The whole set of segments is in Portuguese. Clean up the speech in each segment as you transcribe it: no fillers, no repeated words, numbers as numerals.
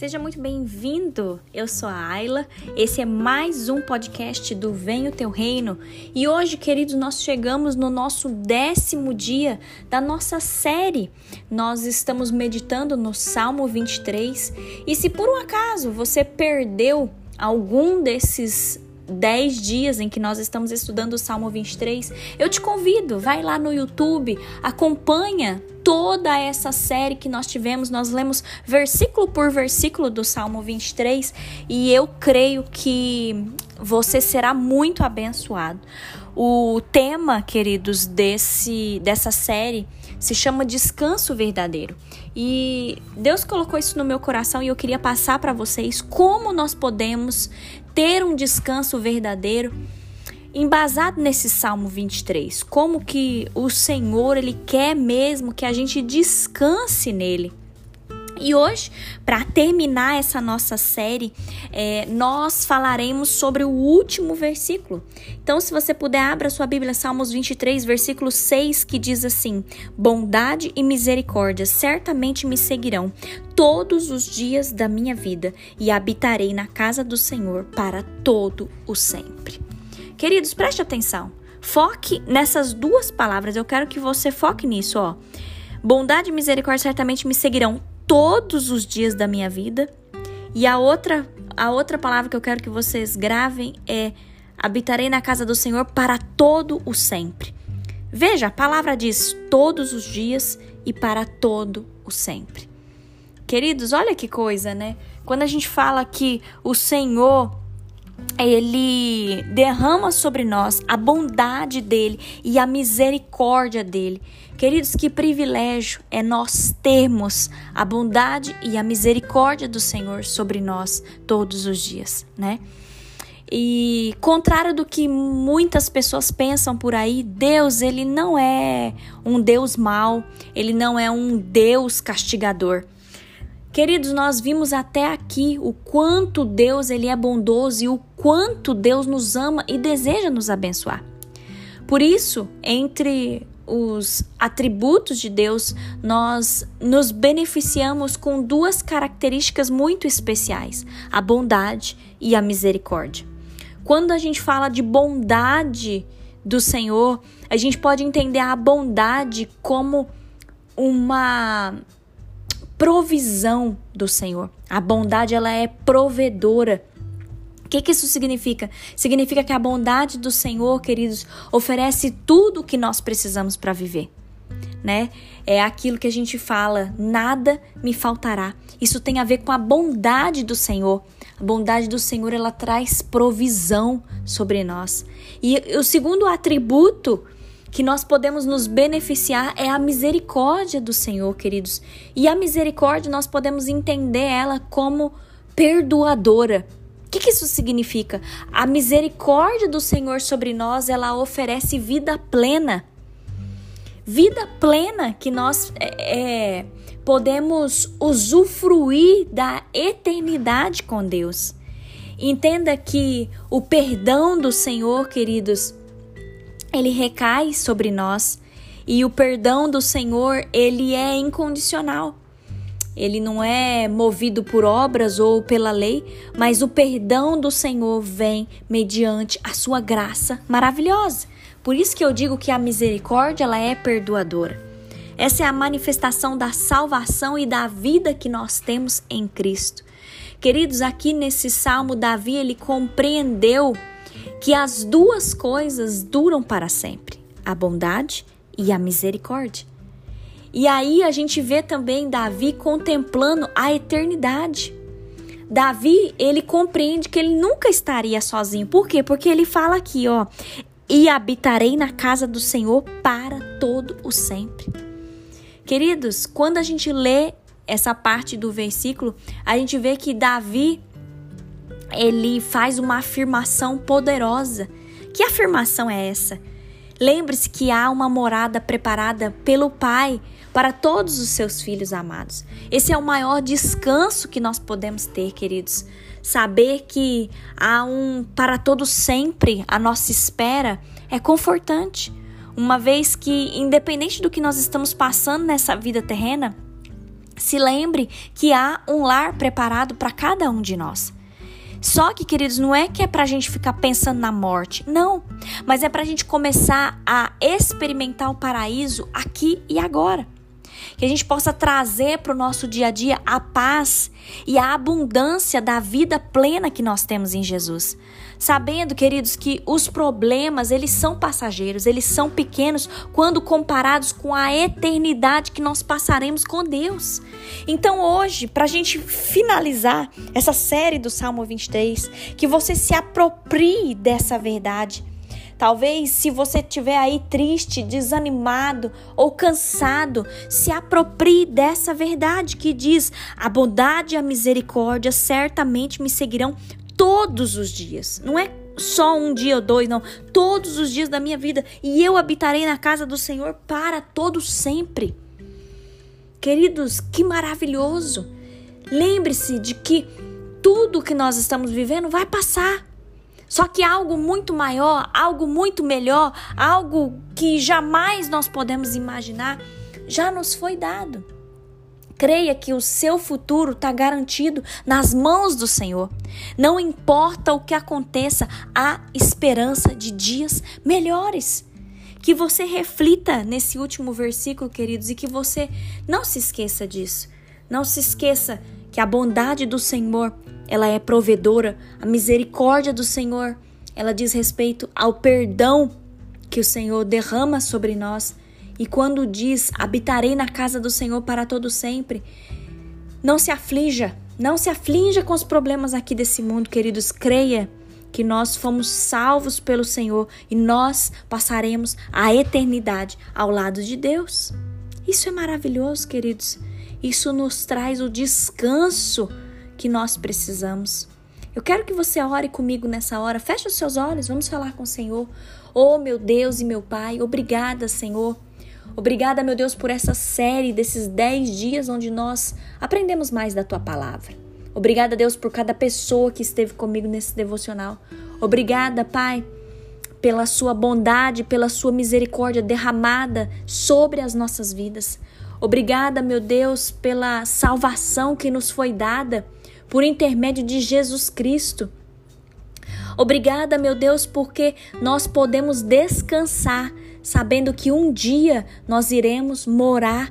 seja muito bem-vindo. Eu sou a Ayla, esse é mais um podcast do Venha o Teu Reino. E hoje, queridos, nós chegamos no nosso 10º dia da nossa série. Nós estamos meditando no Salmo 23. E se por um acaso você perdeu algum desses 10 dias em que nós estamos estudando o Salmo 23, eu te convido, vai lá no YouTube, acompanha toda essa série que nós tivemos. Nós lemos versículo por versículo do Salmo 23 e eu creio que você será muito abençoado. O tema, queridos, dessa série se chama Descanso Verdadeiro. E Deus colocou isso no meu coração e eu queria passar para vocês como nós podemos ter um descanso verdadeiro embasado nesse Salmo 23. Como que o Senhor, Ele quer mesmo que a gente descanse nele. E hoje, para terminar essa nossa série, nós falaremos sobre o último versículo. Então, se você puder, abra sua Bíblia, Salmos 23, versículo 6, que diz assim: bondade e misericórdia certamente me seguirão todos os dias da minha vida e habitarei na casa do Senhor para todo o sempre. Queridos, preste atenção. Foque nessas duas palavras. Eu quero que você foque nisso, ó. Bondade e misericórdia certamente me seguirão todos os dias da minha vida. E a outra palavra que eu quero que vocês gravem é: habitarei na casa do Senhor para todo o sempre. Veja, a palavra diz todos os dias e para todo o sempre. Queridos, olha que coisa, né? Quando a gente fala que o Senhor, Ele derrama sobre nós a bondade dele e a misericórdia dele. Queridos, que privilégio é nós termos a bondade e a misericórdia do Senhor sobre nós todos os dias, né? E contrário do que muitas pessoas pensam por aí, Deus, Ele não é um Deus mau, Ele não é um Deus castigador. Queridos, nós vimos até aqui o quanto Deus ele é bondoso e o quanto Deus nos ama e deseja nos abençoar. Por isso, entre os atributos de Deus, nós nos beneficiamos com duas características muito especiais: a bondade e a misericórdia. Quando a gente fala de bondade do Senhor, a gente pode entender a bondade como uma provisão do Senhor. A bondade, ela é provedora. O que isso significa? Significa que a bondade do Senhor, queridos, oferece tudo o que nós precisamos para viver, né? É aquilo que a gente fala: nada me faltará. Isso tem a ver com a bondade do Senhor. A bondade do Senhor, ela traz provisão sobre nós. E o segundo atributo que nós podemos nos beneficiar é a misericórdia do Senhor, queridos. E a misericórdia, nós podemos entender ela como perdoadora. O que isso significa? A misericórdia do Senhor sobre nós, ela oferece vida plena. Vida plena que nós podemos usufruir da eternidade com Deus. Entenda que o perdão do Senhor, queridos, ele recai sobre nós, e o perdão do Senhor, ele é incondicional. Ele não é movido por obras ou pela lei, mas o perdão do Senhor vem mediante a sua graça maravilhosa. Por isso que eu digo que a misericórdia, ela é perdoadora. Essa é a manifestação da salvação e da vida que nós temos em Cristo. Queridos, aqui nesse salmo, Davi, ele compreendeu que as duas coisas duram para sempre: a bondade e a misericórdia. E aí a gente vê também Davi contemplando a eternidade. Davi, ele compreende que ele nunca estaria sozinho. Por quê? Porque ele fala aqui, ó: e habitarei na casa do Senhor para todo o sempre. Queridos, quando a gente lê essa parte do versículo, a gente vê que Davi, ele faz uma afirmação poderosa. Que afirmação é essa? Lembre-se que há uma morada preparada pelo Pai para todos os seus filhos amados. Esse é o maior descanso que nós podemos ter, queridos. Saber que há para todos sempre a nossa espera é confortante. Uma vez que, independente do que nós estamos passando nessa vida terrena, Se lembre que há um lar preparado para cada um de nós. Só que, queridos, não é que é para a gente ficar pensando na morte, não. Mas é para a gente começar a experimentar o paraíso aqui e agora. Que a gente possa trazer para o nosso dia a dia a paz e a abundância da vida plena que nós temos em Jesus. Sabendo, queridos, que os problemas, eles são passageiros, eles são pequenos quando comparados com a eternidade que nós passaremos com Deus. Então hoje, para a gente finalizar essa série do Salmo 23, que você se aproprie dessa verdade. Talvez se você estiver aí triste, desanimado ou cansado, se aproprie dessa verdade que diz: a bondade e a misericórdia certamente me seguirão todos os dias. Não é só um dia ou dois, não. Todos os dias da minha vida. E eu habitarei na casa do Senhor para todo sempre. Queridos, que maravilhoso. Lembre-se de que tudo que nós estamos vivendo vai passar. Só que algo muito maior, algo muito melhor, algo que jamais nós podemos imaginar, já nos foi dado. Creia que o seu futuro está garantido nas mãos do Senhor. Não importa o que aconteça, há esperança de dias melhores. Que você reflita nesse último versículo, queridos, e que você não se esqueça disso. Não se esqueça que a bondade do Senhor, ela é provedora. A misericórdia do Senhor, ela diz respeito ao perdão que o Senhor derrama sobre nós. E quando diz, habitarei na casa do Senhor para todo sempre, não se aflija com os problemas aqui desse mundo, queridos. Creia que nós fomos salvos pelo Senhor e nós passaremos a eternidade ao lado de Deus. Isso é maravilhoso, queridos. Isso nos traz o descanso que nós precisamos. Eu quero que você ore comigo nessa hora. Feche os seus olhos, vamos falar com o Senhor. Oh, meu Deus e meu Pai, obrigada, Senhor. Obrigada, meu Deus, por essa série desses 10 dias onde nós aprendemos mais da Tua Palavra. Obrigada, Deus, por cada pessoa que esteve comigo nesse devocional. Obrigada, Pai, pela Sua bondade, pela Sua misericórdia derramada sobre as nossas vidas. Obrigada, meu Deus, pela salvação que nos foi dada por intermédio de Jesus Cristo. Obrigada, meu Deus, porque nós podemos descansar sabendo que um dia nós iremos morar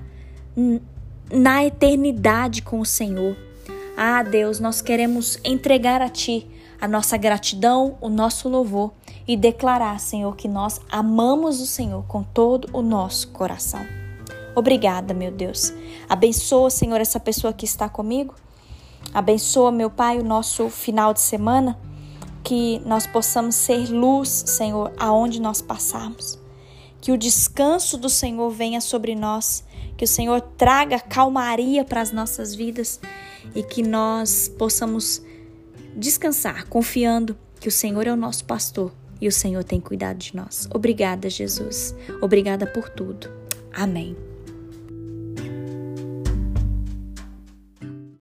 na eternidade com o Senhor. Ah, Deus, nós queremos entregar a Ti a nossa gratidão, o nosso louvor e declarar, Senhor, que nós amamos o Senhor com todo o nosso coração. Obrigada, meu Deus. Abençoa, Senhor, essa pessoa que está comigo. Abençoa, meu Pai, o nosso final de semana. Que nós possamos ser luz, Senhor, aonde nós passarmos. Que o descanso do Senhor venha sobre nós. Que o Senhor traga calmaria para as nossas vidas. E que nós possamos descansar, confiando que o Senhor é o nosso pastor. E o Senhor tem cuidado de nós. Obrigada, Jesus. Obrigada por tudo. Amém.